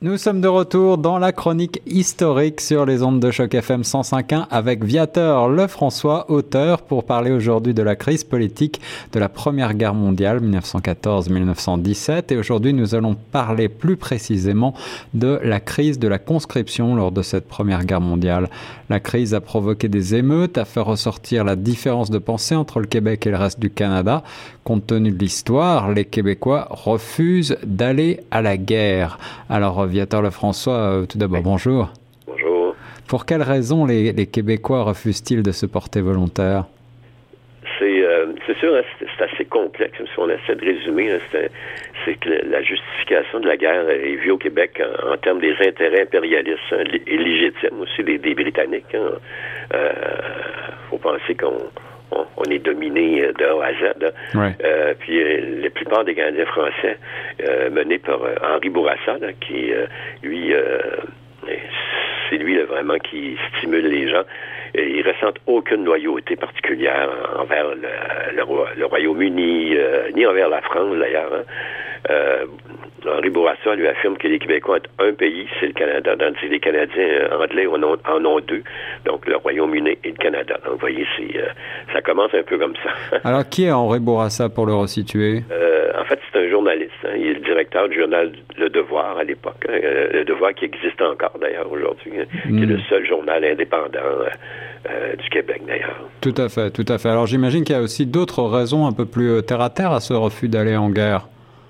Nous sommes de retour dans la chronique historique sur les ondes de Choc FM 105.1 avec Viateur Lefrançois, auteur, pour parler aujourd'hui de la crise politique de la Première Guerre mondiale 1914-1917. Et aujourd'hui, nous allons parler plus précisément de la crise de la conscription lors de cette Première Guerre mondiale. La crise a provoqué des émeutes, a fait ressortir la différence de pensée entre le Québec et le reste du Canada. Compte tenu de l'histoire, les Québécois refusent d'aller à la guerre. Alors, Viateur Lefrançois, tout d'abord, bonjour. Bonjour. Pour quelles raisons les Québécois refusent-ils de se porter volontaires? C'est sûr, c'est assez complexe. Si on essaie de résumer, c'est que la justification de la guerre est vue au Québec en termes des intérêts impérialistes et légitimes aussi des Britanniques. Faut penser qu'on est dominé de A à Z. Ouais. Puis la plupart des Canadiens français, menés par Henri Bourassa, qui, lui, c'est lui là, vraiment qui stimule les gens. Et ils ressentent aucune loyauté particulière envers le Royaume-Uni, ni envers la France d'ailleurs. Henri Bourassa lui affirme que les Québécois ont un pays, c'est le Canada. Tandis que les Canadiens anglais en ont deux, donc le Royaume-Uni et le Canada. Donc vous voyez, ça commence un peu comme ça. Alors qui est Henri Bourassa pour le resituer? En fait, c'est un journaliste. Il est le directeur du journal Le Devoir à l'époque. Le Devoir qui existe encore d'ailleurs aujourd'hui, qui est le seul journal indépendant du Québec d'ailleurs. Tout à fait, tout à fait. Alors j'imagine qu'il y a aussi d'autres raisons un peu plus terre-à-terre à ce refus d'aller en guerre.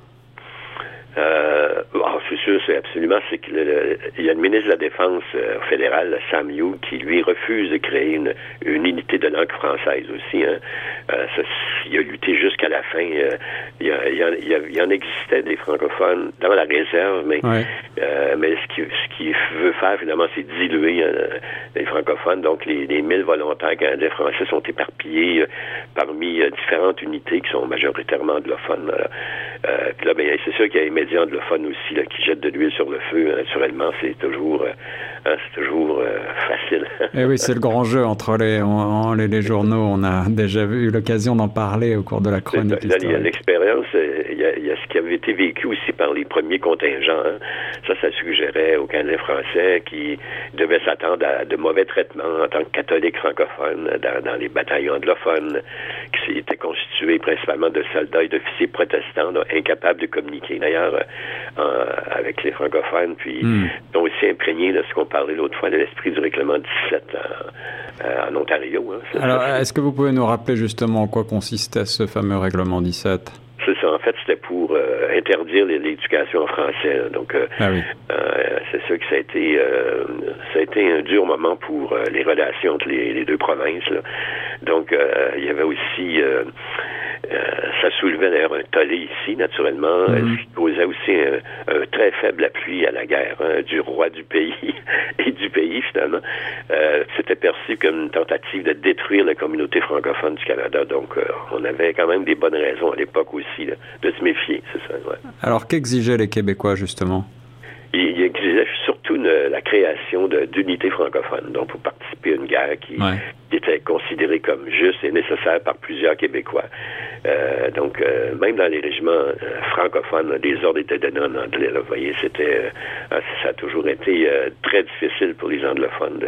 C'est sûr, c'est qu'il y a le ministre de la Défense fédéral, Sam Hughes, qui lui refuse de créer une unité de langue française aussi. Il a lutté jusqu'à la fin. Il y en existait des francophones dans la réserve, mais ce qu'il veut faire finalement, c'est diluer les francophones. Donc les 1000 volontaires canadiens français sont éparpillés parmi différentes unités qui sont majoritairement anglophones. Puis là, c'est sûr qu'il y a les médias anglophones aussi là, qui jettent de l'huile sur le feu. Naturellement, c'est toujours facile. Et oui, c'est le grand jeu entre les journaux. On a déjà eu l'occasion d'en parler au cours de la chronique historique. Il y a l'expérience, il y a ce qui avait été vécu aussi par les premiers contingents. Ça suggérait aux Canadiens français qui devaient s'attendre à de mauvais traitements en tant que catholiques francophones dans les bataillons anglophones, qui étaient constitués principalement de soldats et d'officiers protestants incapables de communiquer d'ailleurs avec les francophones, puis ont aussi imprégné de ce qu'on parlait l'autre fois de l'esprit du règlement 17 en Ontario. Alors, est-ce que vous pouvez nous rappeler justement en quoi consistait ce fameux règlement 17? C'est ça. En fait, c'était pour interdire l'éducation en français. Donc, c'est sûr que ça a été un dur moment pour les relations entre les deux provinces. Là. Donc, il y avait aussi... ça soulevait d'ailleurs un tollé ici, naturellement, ce qui causait aussi un très faible appui à la guerre du roi du pays et du pays, finalement. C'était perçu comme une tentative de détruire la communauté francophone du Canada. Donc, on avait quand même des bonnes raisons à l'époque aussi là, de se méfier, c'est ça. Ouais. Alors, qu'exigeaient les Québécois, justement? Il exigeait surtout la création d'unités francophones, donc pour participer à une guerre qui était considérée comme juste et nécessaire par plusieurs Québécois. Donc, même dans les régiments francophones, les ordres étaient donnés en anglais. Là, vous voyez, ça a toujours été très difficile pour les anglophones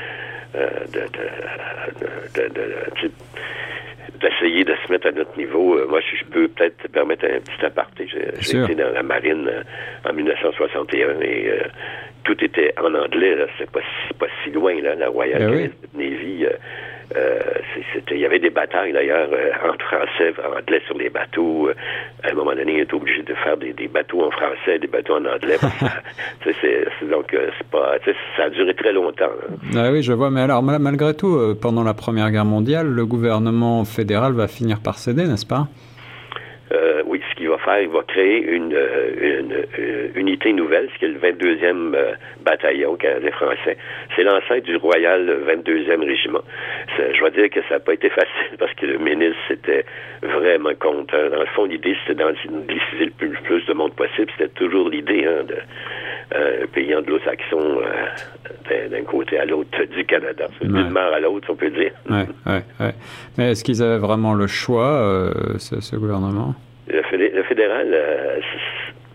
d'essayer de se mettre à notre niveau. Moi, je peux peut-être te permettre un petit aparté. J'ai été dans la marine en 1961 et tout était en anglais. Là. C'est pas si loin, là, la Royal Navy. Il y avait des batailles, d'ailleurs, en français, en anglais sur les bateaux. À un moment donné, il était obligé de faire des bateaux en français, des bateaux en anglais. Donc, ça a duré très longtemps. Ah oui, je vois. Mais alors, malgré tout, pendant la Première Guerre mondiale, le gouvernement fédéral va finir par céder, n'est-ce pas? Oui, ce qu'il va faire, il va créer une unité nouvelle, ce qui est le 22e bataillon canadien-français. C'est l'ancêtre du Royal 22e régiment. Je dois dire que ça n'a pas été facile parce que le ministre était vraiment contre. Dans le fond, l'idée, c'était d'angliciser le plus de monde possible. C'était toujours l'idée de pays anglo-saxon d'un côté à l'autre du Canada. D'une mer à l'autre, on peut dire. Ouais. Mais est-ce qu'ils avaient vraiment le choix, ce gouvernement? Le fédéral,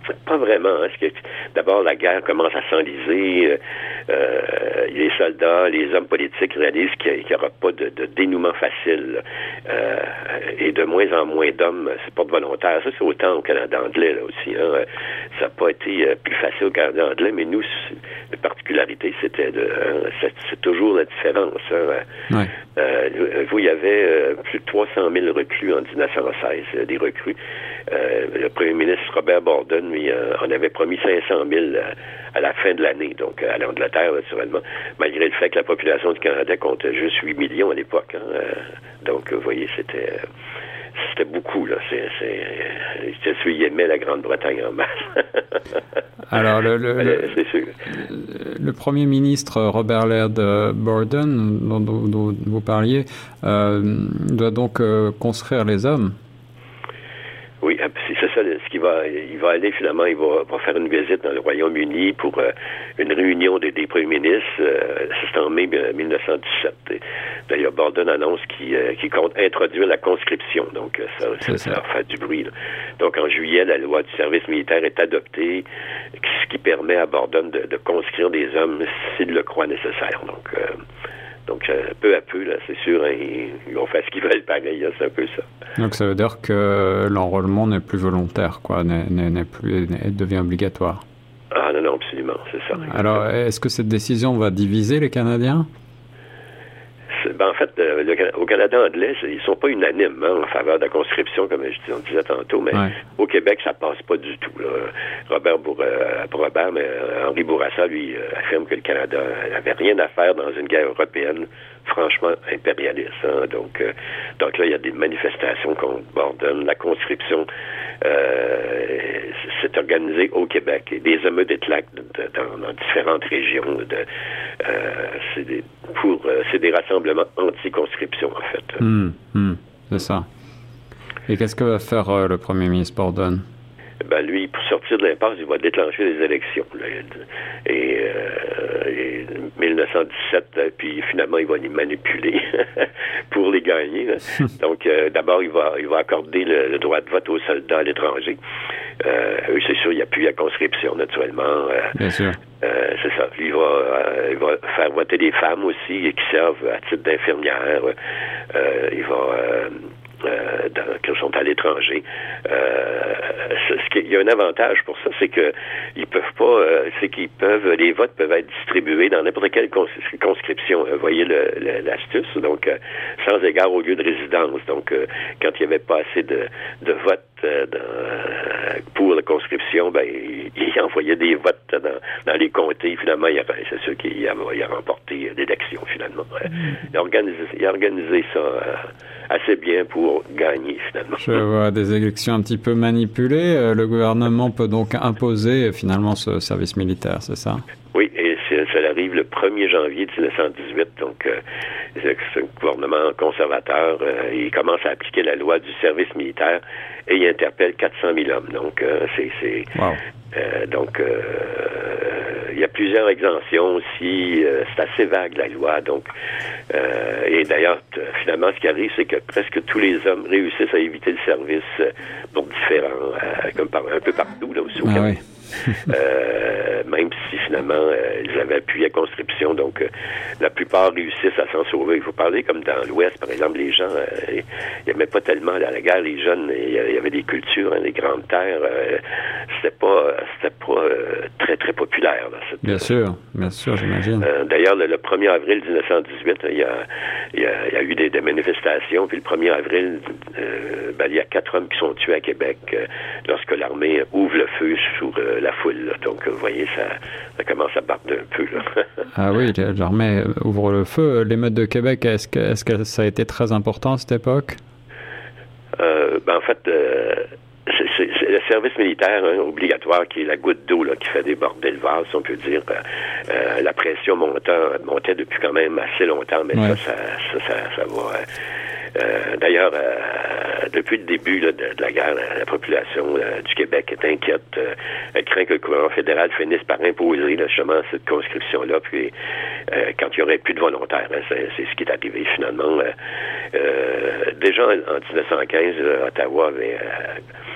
Pas vraiment. Hein. D'abord, la guerre commence à s'enliser. Les soldats, les hommes politiques réalisent qu'il n'y aura pas de dénouement facile. Et de moins en moins d'hommes se portent volontaires. Ça, c'est autant au Canada anglais là aussi. Hein. Ça n'a pas été plus facile au Canada anglais, mais nous, la particularité, c'était c'est toujours la différence. Hein. Ouais. Vous, il y avait plus de 300 000 recrues en 1916, des recrues. Le premier ministre Robert Borden, lui, en avait promis 500 000 à la fin de l'année, donc à l'Angleterre, naturellement, malgré le fait que la population du Canada comptait juste 8 millions à l'époque. Hein. Donc, vous voyez, c'était beaucoup, là. C'est celui qui aimait la Grande-Bretagne en masse. Alors, c'est sûr. Le premier ministre Robert Laird Borden, dont vous parliez, doit donc construire les hommes. Oui, c'est ça il va aller finalement, il va faire une visite dans le Royaume-Uni pour une réunion des premiers ministres. C'est en mai 1917. D'ailleurs, Borden annonce qu'il compte introduire la conscription. Donc, ça va faire du bruit. Là. Donc, en juillet, la loi du service militaire est adoptée, ce qui permet à Borden de conscrire des hommes s'il le croit nécessaire. Donc, peu à peu, là, c'est sûr, hein, ils vont faire ce qu'ils veulent pareil, hein, c'est un peu ça. Donc, ça veut dire que l'enrôlement n'est plus volontaire, quoi, devient obligatoire. Ah non, absolument, c'est ça. Alors, est-ce que cette décision va diviser les Canadiens? En fait, au Canada anglais, ils sont pas unanimes en faveur de la conscription, comme on disait tantôt, mais au Québec, ça passe pas du tout. Là. Robert, mais Henri Bourassa, lui, affirme que le Canada n'avait rien à faire dans une guerre européenne franchement impérialiste. Hein. Donc là, il y a des manifestations contre Borden. La conscription s'est organisée au Québec. Et des émeutes éclatent dans différentes régions. C'est des rassemblements anti-conscription, en fait. C'est ça. Et qu'est-ce que va faire le premier ministre Borden? Ben lui, pour sortir de l'impasse, il va déclencher les élections. Là. Et 1917, puis finalement, il va les manipuler pour les gagner. Là. Donc, d'abord, il va accorder le droit de vote aux soldats à l'étranger. C'est sûr, il n'y a plus la conscription, naturellement. Bien sûr. C'est ça. Il va faire voter des femmes aussi qui servent à titre d'infirmières. Qui sont à l'étranger. Il y a un avantage pour ça, c'est que ils peuvent pas, les votes peuvent être distribués dans n'importe quelle conscription. Vous voyez l'astuce, donc sans égard au lieu de résidence. Donc, quand il n'y avait pas assez de votes pour la conscription, ben il envoyait des votes dans les comtés. Finalement, c'est sûr qu'il a remporté l'élection finalement. Il a organisé ça assez bien pour gagner, finalement. Je vois des élections un petit peu manipulées. Le gouvernement peut donc imposer, finalement, ce service militaire, c'est ça? Oui, et ça arrive le 1er janvier 1918, donc c'est un gouvernement conservateur. Il commence à appliquer la loi du service militaire et il interpelle 400 000 hommes. Donc, Wow. Il y a plusieurs exemptions aussi. C'est assez vague, la loi. Donc, et d'ailleurs, finalement, ce qui arrive, c'est que presque tous les hommes réussissent à éviter le service pour différents, comme un peu partout, là aussi au Canada. Même si finalement ils avaient appuyé la conscription, donc la plupart réussissent à s'en sauver. Il faut parler comme dans l'Ouest, par exemple, les gens ils n'aimaient pas tellement à la guerre, les jeunes, il y avait des cultures, des grandes terres, c'était pas très très populaire. Là, bien sûr, j'imagine. D'ailleurs, le 1er avril 1918, il y a eu des manifestations, puis le 1er avril, il y a 4 hommes qui sont tués à Québec lorsque l'armée ouvre le feu sur la foule. Là. Donc, vous voyez, ça commence à battre un peu. Là. Ah oui, l'armée ouvre le feu. L'émeute de Québec, est-ce que ça a été très important à cette époque? En fait, c'est le service militaire obligatoire qui est la goutte d'eau là, qui fait déborder le vase, on peut dire. La pression montait depuis quand même assez longtemps, mais ça va... D'ailleurs, depuis le début là, de la guerre, la population du Québec est inquiète. Elle craint que le gouvernement fédéral finisse par imposer là, justement cette conscription-là. Puis, quand il n'y aurait plus de volontaires, c'est ce qui est arrivé finalement. Déjà en 1915, Ottawa avait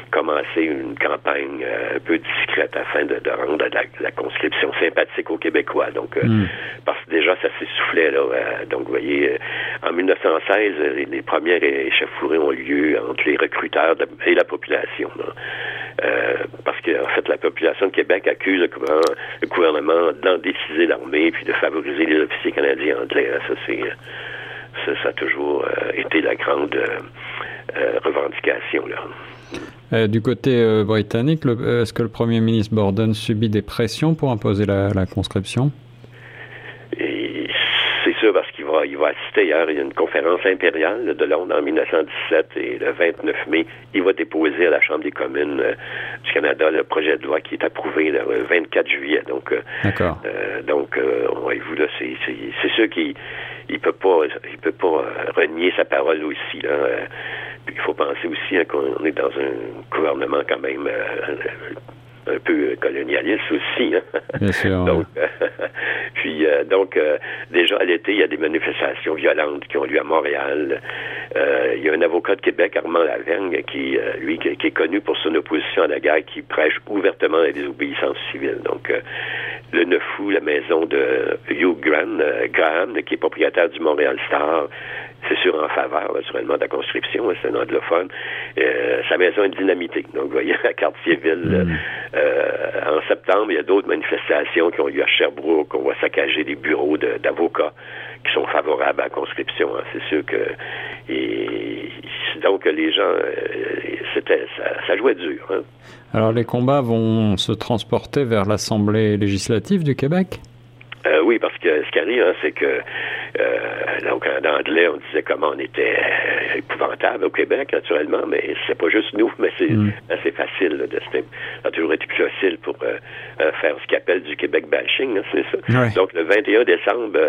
commencer une campagne un peu discrète afin de rendre la conscription sympathique aux Québécois. Donc, parce que déjà, ça s'essoufflait, là. Donc, vous voyez, en 1916, les premières échauffourées ont lieu entre les recruteurs et la population, là. Parce que, en fait, la population de Québec accuse le gouvernement d'endéciser l'armée puis de favoriser les officiers canadiens anglais. Ça a toujours été la grande revendication, là. Du côté britannique, est-ce que le premier ministre Borden subit des pressions pour imposer la conscription? Et c'est sûr, parce qu'il va assister hier, il y a une conférence impériale de Londres en 1917 et le 29 mai, il va déposer à la Chambre des communes du Canada le projet de loi qui est approuvé le 24 juillet. Donc, d'accord. Voyez-vous, là, c'est sûr qu'il peut pas renier sa parole aussi, là. Il faut penser aussi qu'on est dans un gouvernement quand même un peu colonialiste aussi. Hein? Bien sûr. Donc, déjà à l'été, il y a des manifestations violentes qui ont lieu à Montréal. Il y a un avocat de Québec, Armand Lavergne, qui est connu pour son opposition à la guerre, qui prêche ouvertement la désobéissance civile. Donc, le 9 août, la maison de Hugh Graham, qui est propriétaire du Montréal Star, c'est sûr en faveur, naturellement, de la conscription, c'est un anglophone. Sa maison est dynamitée. Donc, vous voyez, à Cartierville, en septembre, il y a d'autres manifestations qui ont lieu à Sherbrooke. On va saccager des bureaux d'avocats qui sont favorables à la conscription. Hein. C'est sûr que... donc, les gens... ça jouait dur. Hein. Alors, les combats vont se transporter vers l'Assemblée législative du Québec? Oui, parce que ce qui arrive, hein, c'est que donc en anglais, on disait comment on était épouvantable au Québec, naturellement, mais c'est pas juste nous, mais c'est assez facile là, ça a toujours été plus facile pour faire ce qu'ils appellent du Québec bashing, hein, c'est ça. Ouais. Donc le 21 décembre,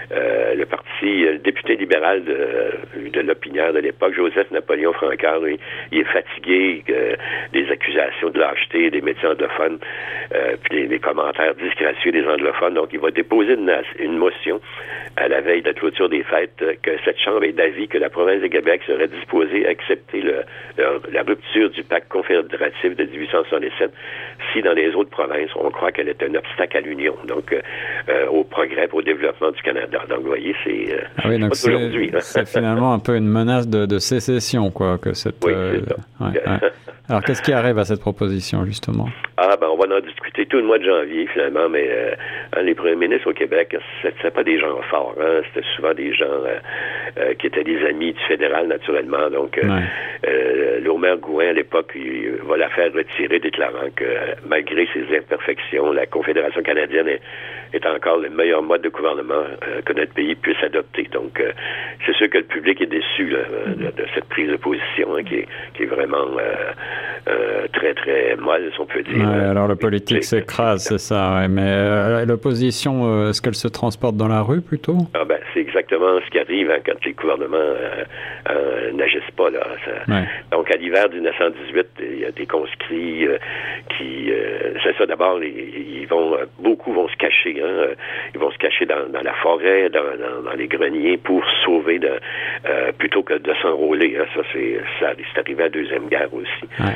le député libéral de l'Opinière de l'époque, Joseph Napoléon Francard, il est fatigué des accusations de lâcheté des médias anglophones, puis les commentaires disgracieux des anglophones, donc il va déposer une motion à la veille de la clôture des fêtes que cette Chambre est d'avis que la province de Québec serait disposée à accepter la rupture du pacte confédératif de 1867 si dans les autres provinces on croit qu'elle est un obstacle à l'union, donc au progrès, au développement du Canada. Donc vous voyez, donc c'est aujourd'hui. C'est finalement un peu une menace de sécession, quoi, que cette. Oui, c'est ça. Alors qu'est-ce qui arrive à cette proposition, justement? On va en discuter tout le mois de janvier, finalement, mais les premiers ministres au Québec, c'était pas des gens forts, hein? C'était souvent des gens qui étaient des amis du fédéral, naturellement. Donc, Laumer Gouin, à l'époque, il va la faire retirer, déclarant que, malgré ses imperfections, la Confédération canadienne est encore le meilleur mode de gouvernement que notre pays puisse adopter. Donc, c'est sûr que le public est déçu là, de cette prise de position, hein, qui est vraiment très, très molle, si on peut dire. Ouais, alors, le politique s'écrase, c'est ça. Ouais, mais l'opposition, est-ce qu'elle se transporte dans la rue, plutôt? C'est exactement ce qui arrive, hein, quand les gouvernements n'agissent pas. Là. Donc, à l'hiver 1918, il y a des conscrits qui... c'est ça, d'abord, beaucoup vont se cacher. Hein, ils vont se cacher dans la forêt, dans les greniers pour sauver plutôt que de s'enrôler. Hein. Ça, c'est arrivé à la Deuxième Guerre aussi.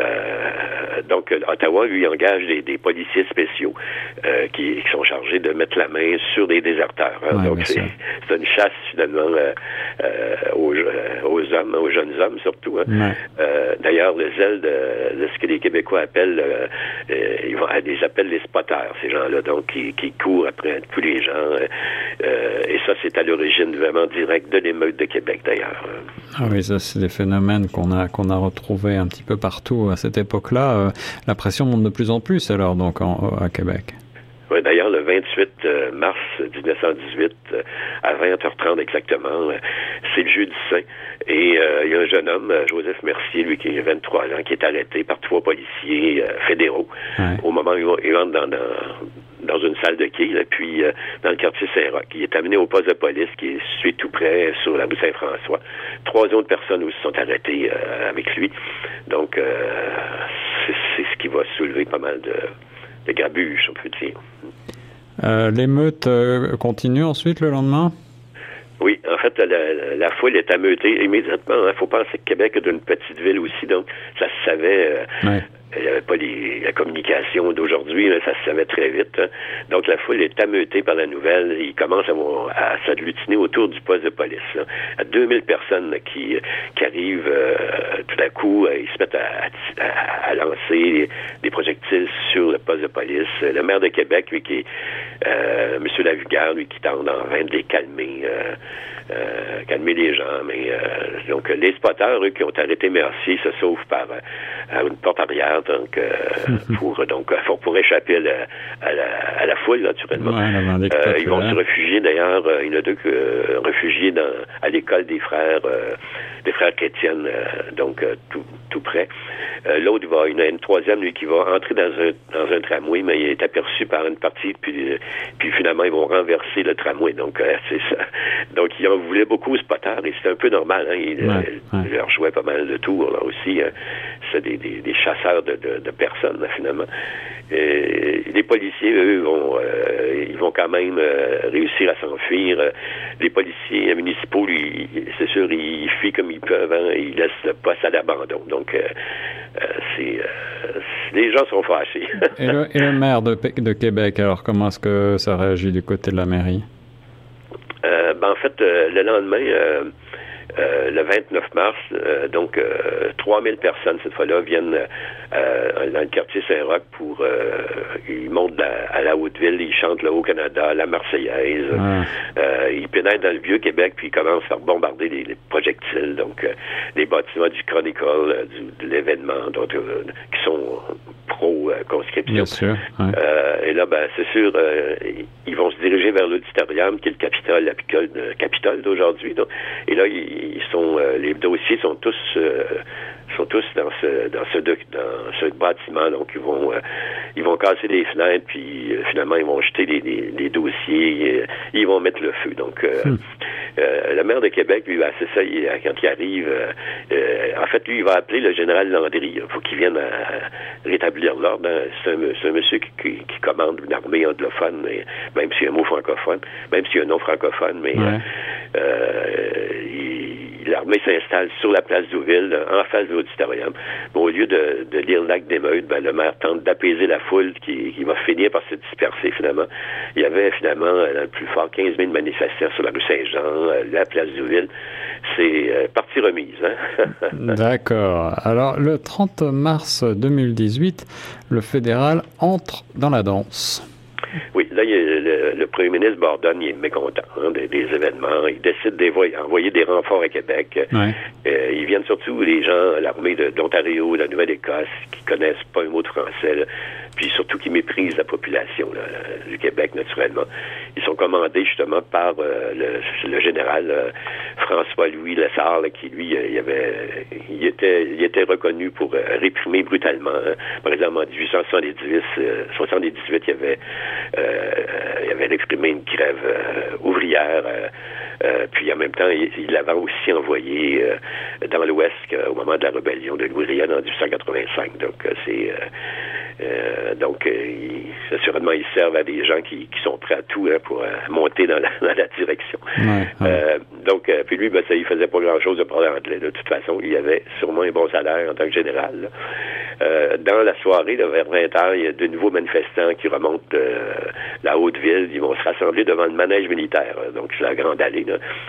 Donc, Ottawa, lui, engage des policiers spéciaux qui sont chargés de mettre la main sur des déserteurs. Hein. Donc, c'est une chasse, finalement, aux hommes, aux jeunes hommes, surtout. Hein. D'ailleurs, le zèle de ce que les Québécois appellent, ils appellent les spotters, ces gens-là, donc qui courent après tous les gens. Et ça, c'est à l'origine vraiment directe de l'émeute de Québec, d'ailleurs. Ah oui, ça, c'est des phénomènes qu'on a retrouvés un petit peu partout à cette époque-là. La pression monte de plus en plus, alors, donc, à Québec. Oui, d'ailleurs, le 28 mars 1918, à 20h30 exactement, c'est le Jeudi Saint. Et il y a un jeune homme, Joseph Mercier, lui qui a 23 ans, qui est arrêté par 3 policiers fédéraux. Au moment où il rentre dans une salle de quai, là, puis dans le quartier Saint-Roch. Il est amené au poste de police qui est situé tout près sur la rue Saint-François. 3 autres personnes aussi sont arrêtées avec lui. Donc, c'est ce qui va soulever pas mal de grabuge, on peut dire. L'émeute continue ensuite le lendemain? Oui, en fait, la foule est ameutée immédiatement. Il faut penser que Québec est une petite ville aussi, donc ça se savait. Il n'y avait pas la communication d'aujourd'hui, mais ça se savait très vite. Hein. Donc, la foule est ameutée par la nouvelle. Ils commencent à s'agglutiner autour du poste de police. Là. À 2000 personnes là, qui arrivent tout à coup. Ils se mettent à lancer des projectiles sur le poste de police. Le maire de Québec, lui, qui est M. Lavigueur, lui, qui tente en vain de les calmer. Calmer les gens, mais donc les spotters, eux, qui ont arrêté Mercier, se sauvent par une porte arrière, donc pour échapper à la foule, naturellement. Ils vont se réfugier, d'ailleurs, il y en a deux réfugiés à l'école des frères chrétiennes, donc tout près. L'autre il y en a une troisième, lui, qui va entrer dans un tramway, mais il est aperçu par une partie, puis finalement, ils vont renverser le tramway, donc c'est ça. Donc, ils en voulaient beaucoup aux spotters, et c'est un peu normal, hein, ils leur jouaient pas mal de tours, là aussi, c'est des chasseurs de personnes, là, finalement. Et les policiers, eux, ils vont quand même réussir à s'enfuir. Les policiers municipaux, c'est sûr, ils fuient comme ils peuvent, hein, ils laissent le poste à l'abandon. Donc, les gens sont fâchés. Et le maire de Québec, alors, comment est-ce que ça réagit du côté de la mairie? En fait, le lendemain, le 29 mars, 3000 personnes, cette fois-là, viennent dans le quartier Saint-Roch ils montent à la Haute-Ville, ils chantent le Haut-Canada, la Marseillaise, ils pénètrent dans le Vieux-Québec, puis ils commencent à bombarder les projectiles, donc les bâtiments du Chronicle, de l'événement, qui sont pro-conscription. Bien sûr. Ouais. Et là, c'est sûr, ils vont se diriger vers l'auditorium, qui est le Capitole d'aujourd'hui. Donc. Et là, les dossiers sont tous dans ce bâtiment. Donc, ils vont casser les fenêtres, puis finalement, ils vont jeter les dossiers, ils vont mettre le feu. Donc, le maire de Québec, lui, c'est ça, quand il arrive, en fait, lui, il va appeler le général Landry. Il faut qu'il vienne rétablir l'ordre. Hein. C'est un monsieur qui commande une armée anglophone, même s'il y a un mot francophone, même s'il y a un nom francophone, mais l'armée s'installe sur la place d'Ouville, en face de l'auditorium. Au lieu de lire l'acte d'émeute, le maire tente d'apaiser la foule qui va finir par se disperser, finalement. Il y avait, finalement, dans le plus fort, 15 000 manifestants sur la rue Saint-Jean, la place d'Ouville. C'est partie remise. Hein? D'accord. Alors, le 30 mars 2018, le fédéral entre dans la danse. Oui, là, le premier ministre Borden, il est mécontent des événements. Il décide d'envoyer des renforts à Québec. Ils viennent surtout les gens, l'armée d'Ontario, de la Nouvelle-Écosse, qui connaissent pas un mot de français, là, puis surtout qui méprisent la population du Québec, naturellement. Ils sont commandés justement par le général François-Louis Lessard, là, qui, lui, il était reconnu pour réprimer brutalement. Hein. Par exemple, en 1878, il avait exprimé une grève ouvrière, puis en même temps, il l'avait aussi envoyé dans l'Ouest au moment de la rébellion de Louis Riel en 1885. Donc, assurément, ils servent à des gens qui sont prêts à tout pour monter dans la direction. Puis lui, ça, il faisait pas grand-chose de parler anglais. De toute façon, il avait sûrement un bon salaire en tant que général. Dans la soirée, vers 20h, il y a de nouveaux manifestants qui remontent la Haute-Ville. Ils vont se rassembler devant le manège militaire. Donc, c'est la Grande Allée.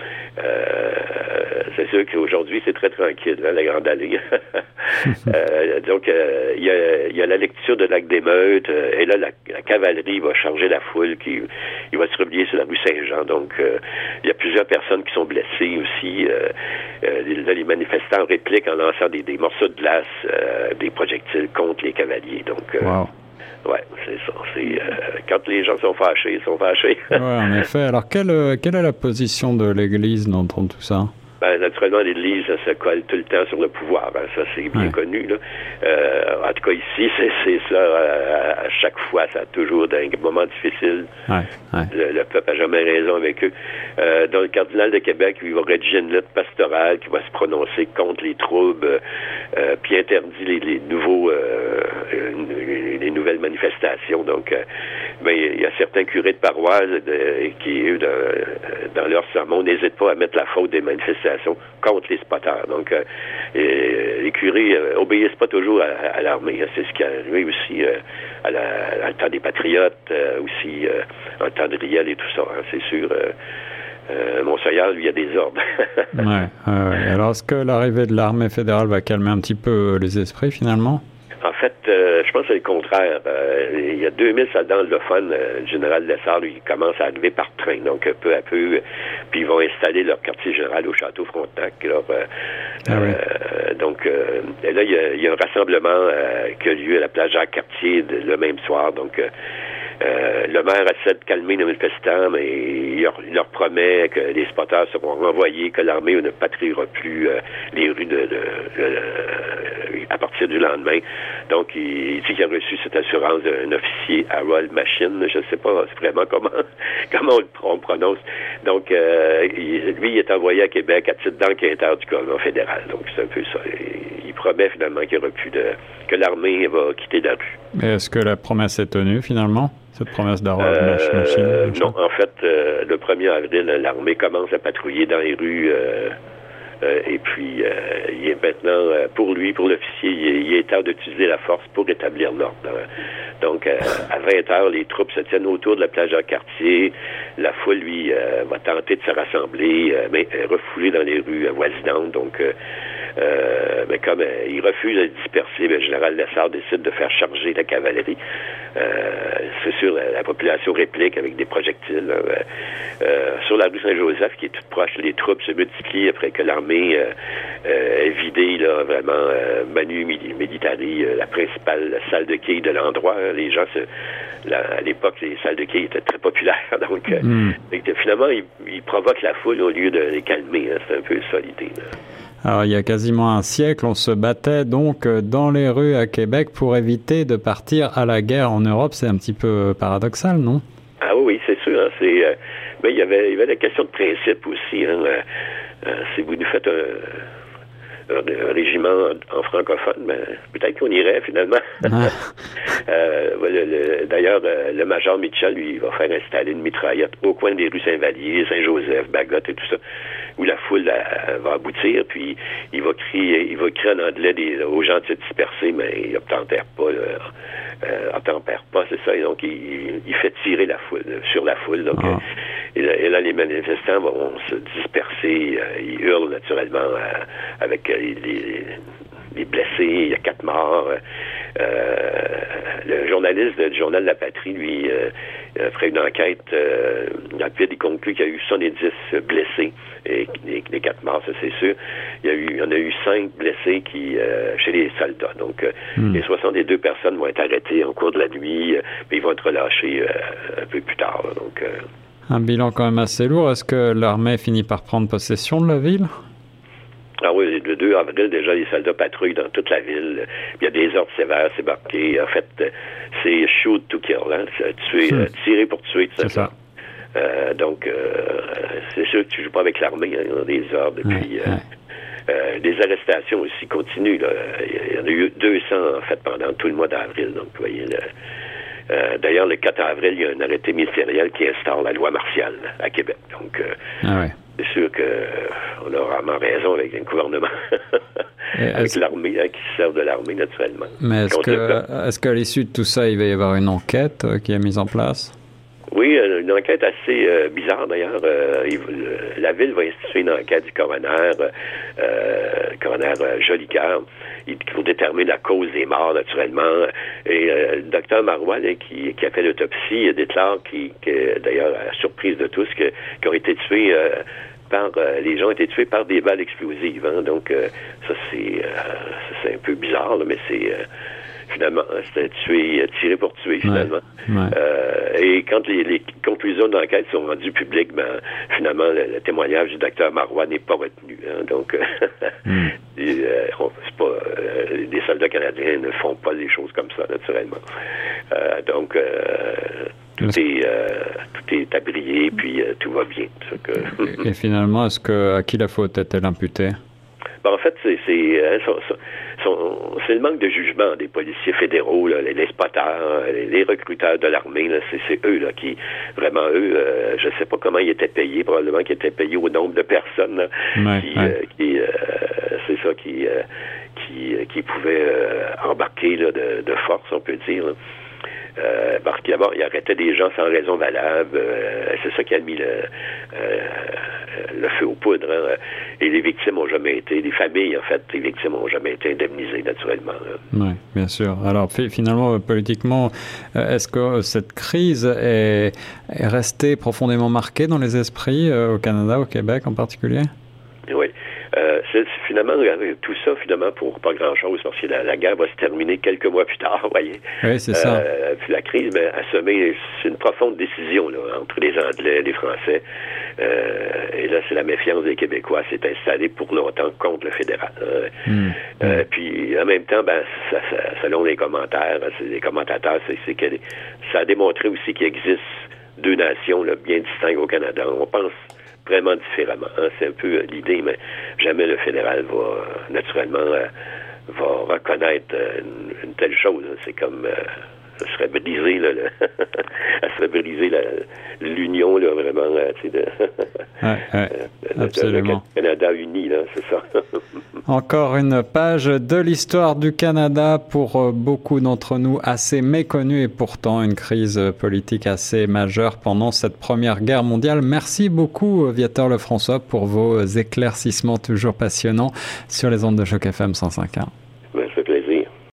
C'est sûr qu'aujourd'hui, c'est très tranquille, la Grande Allée. Donc, il y a la lecture de l'acte d'émeute, et là, la cavalerie va charger la foule, il va se replier sur la rue Saint-Jean. Donc, il y a plusieurs personnes qui sont blessées aussi. Les manifestants répliquent en lançant des morceaux de glace, des projectiles contre les cavaliers. Donc, ouais, c'est ça. Quand les gens sont fâchés, ils sont fâchés. Ouais, en effet. Alors, quelle est la position de l'Église dans tout ça? Naturellement, l'Église, ça se colle tout le temps sur le pouvoir. Hein, ça, c'est bien connu. Là. En tout cas, ici, c'est ça. À chaque fois, ça a toujours des moments difficiles. Le peuple n'a jamais raison avec eux. Donc, le cardinal de Québec, lui, va rédiger une lettre pastorale qui va se prononcer contre les troubles, puis interdit les nouvelle manifestation. Donc, il y a certains curés de paroisse qui, eux, dans leur sermon, n'hésitent pas à mettre la faute des manifestations contre les spotters. Donc, les curés obéissent pas toujours à l'armée. C'est ce qui est arrivé aussi à le temps des patriotes, aussi en temps de Riel et tout ça. C'est sûr. Monseigneur, lui, a des ordres. Ouais. Alors, est-ce que l'arrivée de l'armée fédérale va calmer un petit peu les esprits, finalement? En fait, je pense que c'est le contraire. Il y a 2000 soldats anglophones. Le général Lessard, lui, commence à arriver par train. Donc, peu à peu, puis ils vont installer leur quartier général au château Frontenac. Donc, là, il y a un rassemblement qui a lieu à la plage Jacques-Cartier le même soir. Donc, le maire essaie de calmer les manifestants, mais il leur promet que les spotters seront renvoyés, que l'armée ne patrouillera plus les rues à partir du lendemain. Donc, il dit qu'il a reçu cette assurance d'un officier Harold Machine. Je ne sais pas vraiment comment on prononce. Donc, lui, il est envoyé à Québec à titre d'enquêteur du gouvernement fédéral. Donc, c'est un peu ça. Il promet finalement qu'il n'y aura plus que l'armée va quitter la rue. Mais est-ce que la promesse est tenue, finalement? Cette promesse d'Harold Machine? Non, en fait, le 1er avril, l'armée commence à patrouiller dans les rues et puis il est maintenant, pour l'officier, il est temps d'utiliser la force pour rétablir l'ordre. Donc, à 20h, les troupes se tiennent autour de la plage Jacques-Cartier. La foule, lui, va tenter de se rassembler, mais refoulée dans les rues avoisinantes. Donc, mais comme il refuse de disperser, le général Lessard décide de faire charger la cavalerie. C'est sûr, la population réplique avec des projectiles. Sur la rue Saint-Joseph, qui est toute proche, les troupes se multiplient après que l'armée ait vidé vraiment Manu Militari, la principale salle de quilles de l'endroit. Les gens, à l'époque, les salles de quilles étaient très populaires. Donc, finalement, il provoque la foule au lieu de les calmer. C'est un peu ça l'idée. Alors, il y a quasiment un siècle, on se battait donc dans les rues à Québec pour éviter de partir à la guerre en Europe. C'est un petit peu paradoxal, non? Ah oui, c'est sûr. Mais il y avait la question de principe aussi. Si vous nous faites un régiment en francophone, peut-être qu'on irait finalement. D'ailleurs, le major Mitchell, lui, va faire installer une mitraillette au coin des rues Saint-Vallier, Saint-Joseph, Bagotte et tout ça, où la foule va aboutir, puis il va crier en anglais aux gens de se disperser, mais il n'obtempère pas, c'est ça, et donc il fait tirer sur la foule, donc et là, les manifestants vont se disperser, ils hurlent naturellement avec les blessés, il y a 4 morts. Le journaliste du journal La Patrie, lui, après une enquête rapide, il conclut qu'il y a eu 70 blessés et les 4 morts, ça c'est sûr. Il y en a eu 5 blessés chez les soldats. Donc, les 62 personnes vont être arrêtées en cours de la nuit, mais ils vont être relâchés un peu plus tard. Donc, un bilan quand même assez lourd. Est-ce que l'armée finit par prendre possession de la ville? Ah oui, le 2 avril, déjà, les soldats patrouillent dans toute la ville. Il y a des ordres sévères, c'est marqué. En fait, c'est shoot to kill, tirer pour tuer, c'est ça. Donc, c'est sûr que tu joues pas avec l'armée, il y a des ordres. Puis, les arrestations aussi continuent. Là. Il y en a eu 200, en fait, pendant tout le mois d'avril. Donc, vous voyez, d'ailleurs, le 4 avril, il y a un arrêté ministériel qui instaure la loi martiale à Québec. Donc, c'est sûr qu'on a vraiment raison avec le gouvernement, avec l'armée, qui se sert de l'armée, naturellement. Mais est-ce qu'à l'issue de tout ça, il va y avoir une enquête qui est mise en place? Oui, une enquête assez bizarre, d'ailleurs. La ville va instituer une enquête du coroner Jolicoeur, pour déterminer la cause des morts, naturellement. Et le docteur Marois, qui a fait l'autopsie, déclare d'ailleurs, à la surprise de tous, qu'ils ont été tués les gens ont été tués par des balles explosives. Hein. Donc, ça, c'est un peu bizarre, là, mais c'est... finalement, c'était tiré pour tuer, finalement. Et quand les conclusions de l'enquête sont rendues publiques, finalement, le témoignage du docteur Marois n'est pas retenu. Hein, donc, c'est pas, les soldats canadiens ne font pas les choses comme ça, naturellement. Donc, tout est abrié, puis tout va bien. Et finalement, à qui la faute est-elle imputée? En fait, c'est le manque de jugement des policiers fédéraux, là, les spotters, les recruteurs de l'armée, là, c'est eux là qui, vraiment eux, je sais pas comment ils étaient payés, probablement qu'ils étaient payés au nombre de personnes là, c'est ça qui pouvaient embarquer là, de force, on peut dire. Là. Parce qu'il arrêtait des gens sans raison valable. C'est ça qui a mis le feu aux poudres. Hein. Et les victimes n'ont jamais été, les familles, en fait, les victimes n'ont jamais été indemnisées, naturellement. Oui, bien sûr. Alors, finalement, politiquement, est-ce que cette crise est restée profondément marquée dans les esprits au Canada, au Québec en particulier? Oui. C'est finalement, tout ça, finalement, pour pas grand-chose, parce que la guerre va se terminer quelques mois plus tard, vous voyez. Oui, c'est ça. Puis la crise a semé, c'est une profonde décision là, entre les Anglais et les Français. Et là, c'est la méfiance des Québécois s'est installée pour longtemps contre le fédéral. Puis, en même temps, selon les commentaires, les commentateurs, c'est que ça a démontré aussi qu'il existe deux nations là, bien distinctes au Canada. On pense vraiment différemment. Hein. C'est un peu l'idée, mais jamais le fédéral va naturellement va reconnaître une telle chose. C'est comme ça serait briser là, ça serait briser l'union là, vraiment absolument. Le Canada uni, là, c'est ça. Encore une page de l'histoire du Canada pour beaucoup d'entre nous assez méconnue et pourtant une crise politique assez majeure pendant cette Première Guerre mondiale. Merci beaucoup Viateur Lefrançois pour vos éclaircissements toujours passionnants sur les ondes de Choc FM 105.1. Ça fait plaisir.